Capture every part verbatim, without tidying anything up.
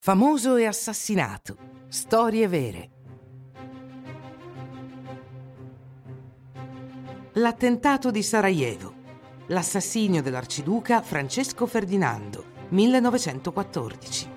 Famoso e assassinato. Storie vere. L'attentato di Sarajevo. L'assassinio dell'arciduca Francesco Ferdinando, millenovecentoquattordici.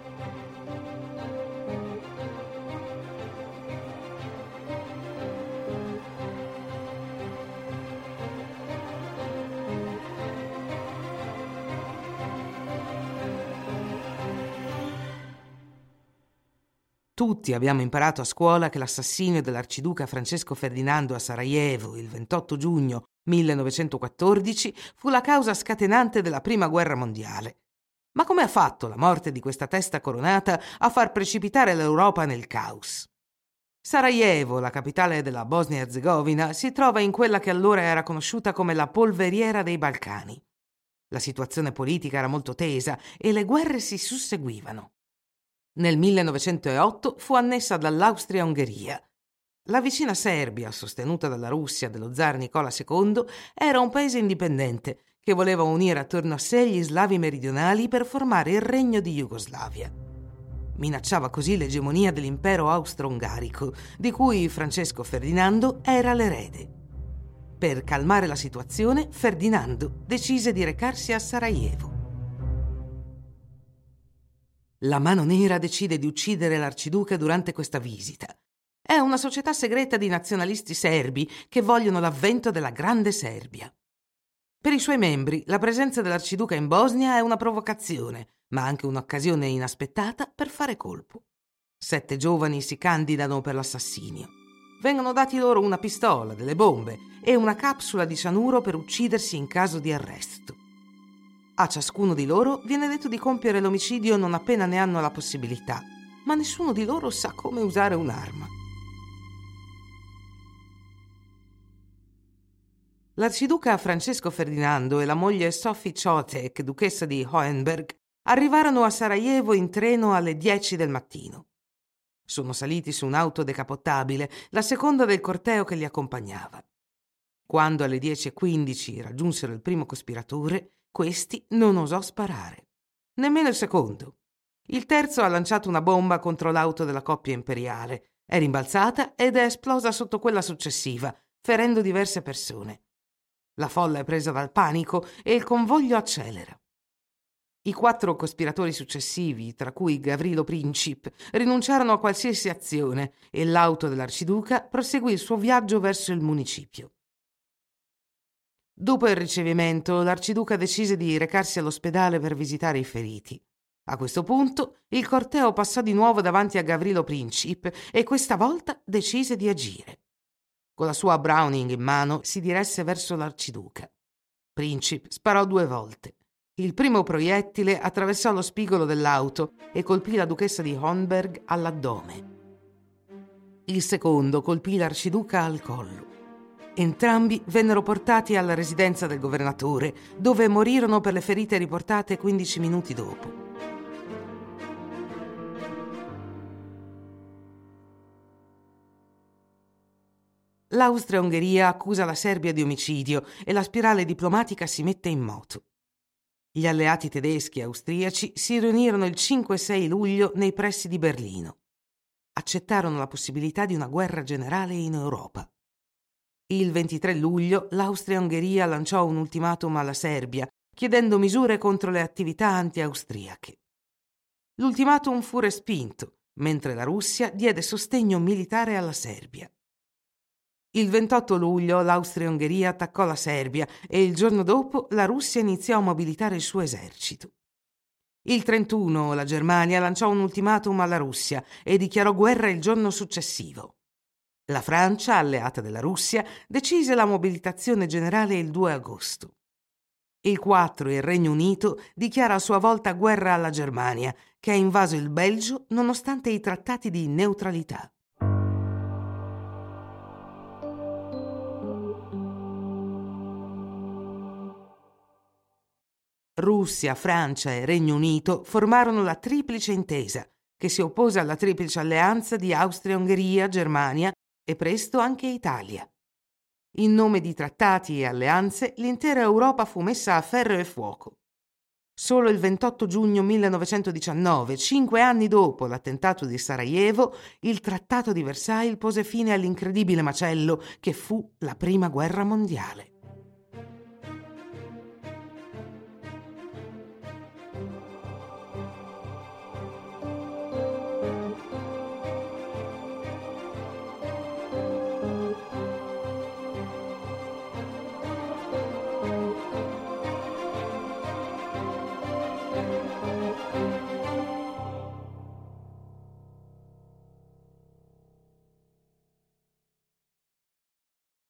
Tutti abbiamo imparato a scuola che l'assassinio dell'arciduca Francesco Ferdinando a Sarajevo il ventotto giugno millenovecentoquattordici fu la causa scatenante della Prima Guerra Mondiale. Ma come ha fatto la morte di questa testa coronata a far precipitare l'Europa nel caos? Sarajevo, la capitale della Bosnia-Erzegovina, si trova in quella che allora era conosciuta come la polveriera dei Balcani. La situazione politica era molto tesa e le guerre si susseguivano. Nel millenovecentootto fu annessa dall'Austria-Ungheria. La vicina Serbia, sostenuta dalla Russia dello zar Nicola secondo, era un paese indipendente che voleva unire attorno a sé gli slavi meridionali per formare il regno di Jugoslavia. Minacciava così l'egemonia dell'impero austro-ungarico, di cui Francesco Ferdinando era l'erede. Per calmare la situazione, Ferdinando decise di recarsi a Sarajevo. La Mano Nera decide di uccidere l'arciduca durante questa visita. È una società segreta di nazionalisti serbi che vogliono l'avvento della Grande Serbia. Per i suoi membri, la presenza dell'arciduca in Bosnia è una provocazione, ma anche un'occasione inaspettata per fare colpo. Sette giovani si candidano per l'assassinio. Vengono dati loro una pistola, delle bombe e una capsula di cianuro per uccidersi in caso di arresto. A ciascuno di loro viene detto di compiere l'omicidio non appena ne hanno la possibilità, ma nessuno di loro sa come usare un'arma. L'arciduca Francesco Ferdinando e la moglie Sophie Chotek, duchessa di Hohenberg, arrivarono a Sarajevo in treno alle dieci del mattino. Sono saliti su un'auto decapottabile, la seconda del corteo che li accompagnava. Quando alle dieci e quindici raggiunsero il primo cospiratore, questi non osò sparare. Nemmeno il secondo. Il terzo ha lanciato una bomba contro l'auto della coppia imperiale. È rimbalzata ed è esplosa sotto quella successiva, ferendo diverse persone. La folla è presa dal panico e il convoglio accelera. I quattro cospiratori successivi, tra cui Gavrilo Princip, rinunciarono a qualsiasi azione e l'auto dell'arciduca proseguì il suo viaggio verso il municipio. Dopo il ricevimento, l'arciduca decise di recarsi all'ospedale per visitare i feriti. A questo punto, il corteo passò di nuovo davanti a Gavrilo Princip e questa volta decise di agire. Con la sua Browning in mano si diresse verso l'arciduca. Princip sparò due volte. Il primo proiettile attraversò lo spigolo dell'auto e colpì la duchessa di Hohenberg all'addome. Il secondo colpì l'arciduca al collo. Entrambi vennero portati alla residenza del governatore, dove morirono per le ferite riportate quindici minuti dopo. L'Austria-Ungheria accusa la Serbia di omicidio e la spirale diplomatica si mette in moto. Gli alleati tedeschi e austriaci si riunirono il cinque e sei luglio nei pressi di Berlino. Accettarono la possibilità di una guerra generale in Europa. Il ventitré luglio l'Austria-Ungheria lanciò un ultimatum alla Serbia, chiedendo misure contro le attività anti-austriache. L'ultimatum fu respinto, mentre la Russia diede sostegno militare alla Serbia. Il ventotto luglio l'Austria-Ungheria attaccò la Serbia e il giorno dopo la Russia iniziò a mobilitare il suo esercito. Il trentuno la Germania lanciò un ultimatum alla Russia e dichiarò guerra il giorno successivo. La Francia, alleata della Russia, decise la mobilitazione generale il due agosto. Il quattro il Regno Unito dichiara a sua volta guerra alla Germania, che ha invaso il Belgio nonostante i trattati di neutralità. Russia, Francia e Regno Unito formarono la Triplice Intesa, che si oppose alla Triplice Alleanza di Austria-Ungheria, Germania e presto anche Italia. In nome di trattati e alleanze, l'intera Europa fu messa a ferro e fuoco. Solo il ventotto giugno millenovecentodiciannove, cinque anni dopo l'attentato di Sarajevo, il Trattato di Versailles pose fine all'incredibile macello che fu la Prima Guerra Mondiale.